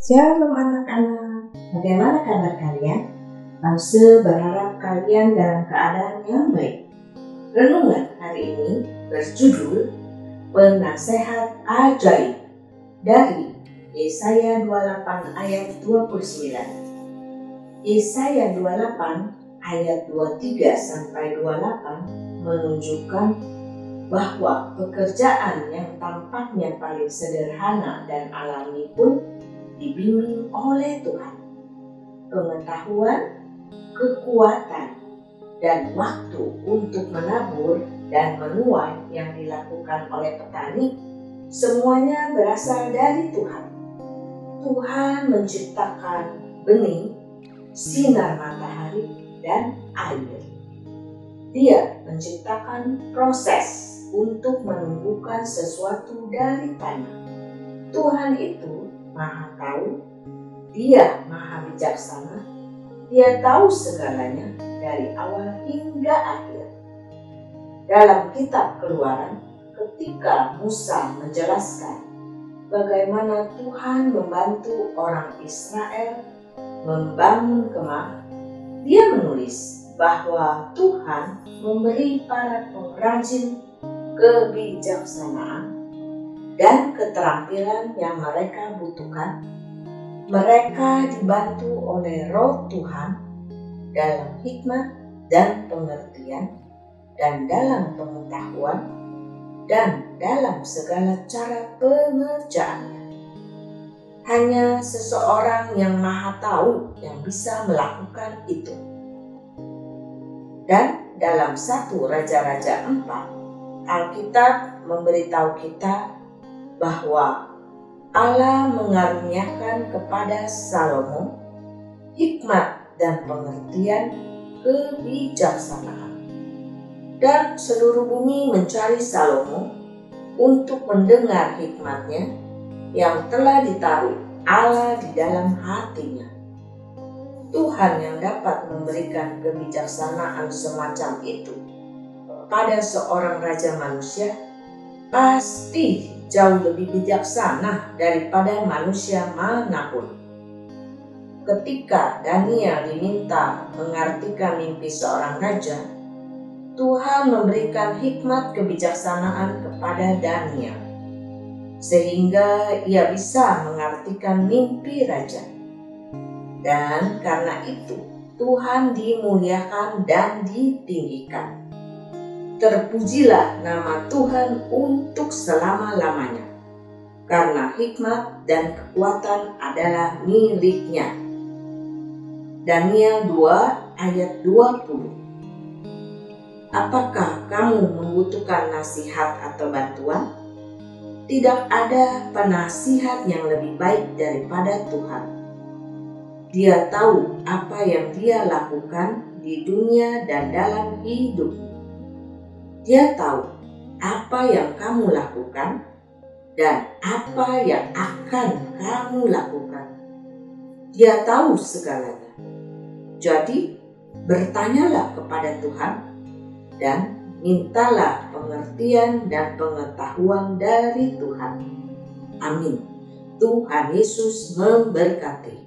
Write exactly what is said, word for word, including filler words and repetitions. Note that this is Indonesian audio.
Shalom anak-anak, bagaimana kabar kalian? Lause berharap kalian dalam keadaan yang baik. Renungan hari ini berjudul Penasehat Ajaib dari Yesaya dua puluh delapan ayat dua puluh sembilan. Yesaya dua puluh delapan ayat dua puluh tiga sampai dua puluh delapan menunjukkan bahwa pekerjaan yang tampaknya paling sederhana dan alami pun dibimbing oleh Tuhan. Pengetahuan, kekuatan, dan waktu untuk menabur dan menuai yang dilakukan oleh petani semuanya berasal dari Tuhan. Tuhan menciptakan benih, sinar matahari, dan air. Dia menciptakan proses untuk menumbuhkan sesuatu dari tanah. Tuhan itu Maha tahu, Dia Maha bijaksana, Dia tahu segalanya dari awal hingga akhir. Dalam kitab Keluaran, ketika Musa menjelaskan bagaimana Tuhan membantu orang Israel membangun kemah, dia menulis bahwa Tuhan memberi para pengrajin kebijaksanaan dan keterampilan yang mereka butuhkan. Mereka dibantu oleh Roh Tuhan dalam hikmat dan pengertian, dan dalam pengetahuan, dan dalam segala cara pengerjaannya. Hanya seseorang yang Maha Tahu yang bisa melakukan itu. Dan dalam satu Raja-Raja empat, Alkitab memberitahu kita bahwa Allah mengaruniakan kepada Salomo hikmat dan pengertian kebijaksanaan. Dan seluruh bumi mencari Salomo untuk mendengar hikmatnya yang telah ditaruh Allah di dalam hatinya. Tuhan yang dapat memberikan kebijaksanaan semacam itu pada seorang raja manusia pasti jauh lebih bijaksana daripada manusia manapun. Ketika Daniel diminta mengartikan mimpi seorang raja, Tuhan memberikan hikmat kebijaksanaan kepada Daniel, sehingga ia bisa mengartikan mimpi raja. Dan karena itu, Tuhan dimuliakan dan ditinggikan. Terpujilah nama Tuhan untuk selama-lamanya, karena hikmat dan kekuatan adalah miliknya. Daniel dua ayat dua puluh. Apakah kamu membutuhkan nasihat atau bantuan? Tidak ada penasihat yang lebih baik daripada Tuhan. Dia tahu apa yang dia lakukan di dunia dan dalam hidupmu. Dia tahu apa yang kamu lakukan dan apa yang akan kamu lakukan. Dia tahu segalanya. Jadi, bertanyalah kepada Tuhan dan mintalah pengertian dan pengetahuan dari Tuhan. Amin. Tuhan Yesus memberkati.